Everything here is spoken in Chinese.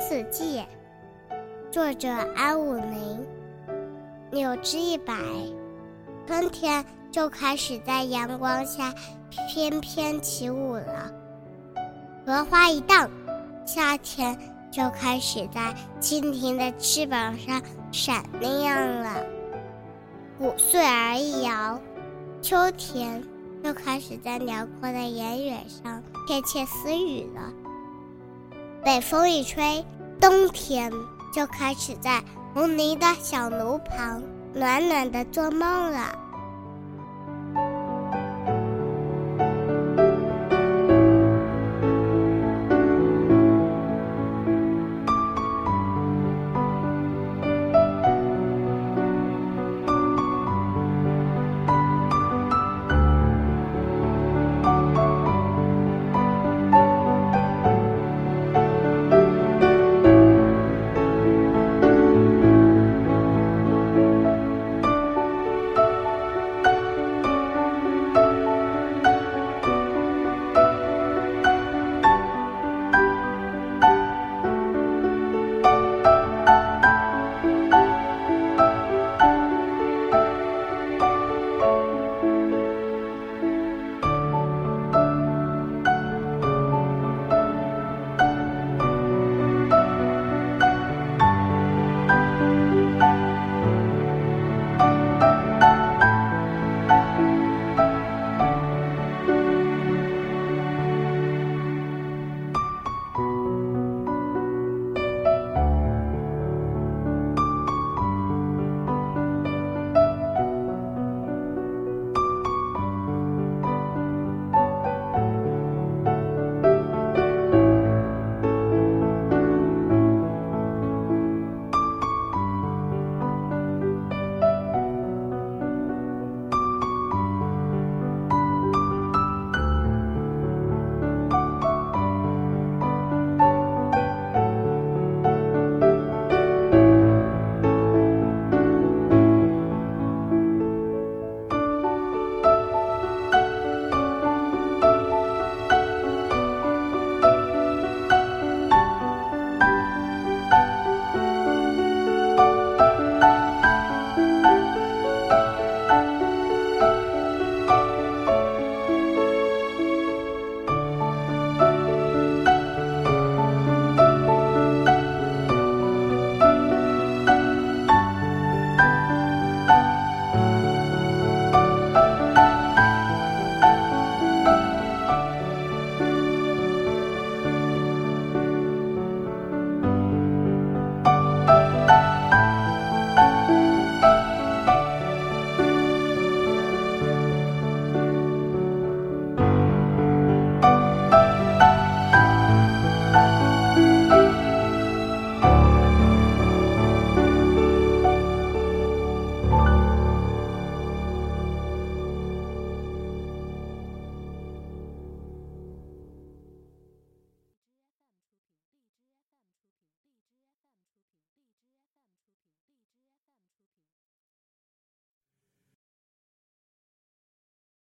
四季，作者安武宁。柳枝一摆，春天就开始在阳光下翩翩起舞了；荷花一荡，夏天就开始在蜻蜓的翅膀上闪亮了；谷穗儿一摇，秋天就开始在辽阔的原野上窃窃私语了；北风一吹，冬天就开始在红泥的小炉旁暖暖地做梦了。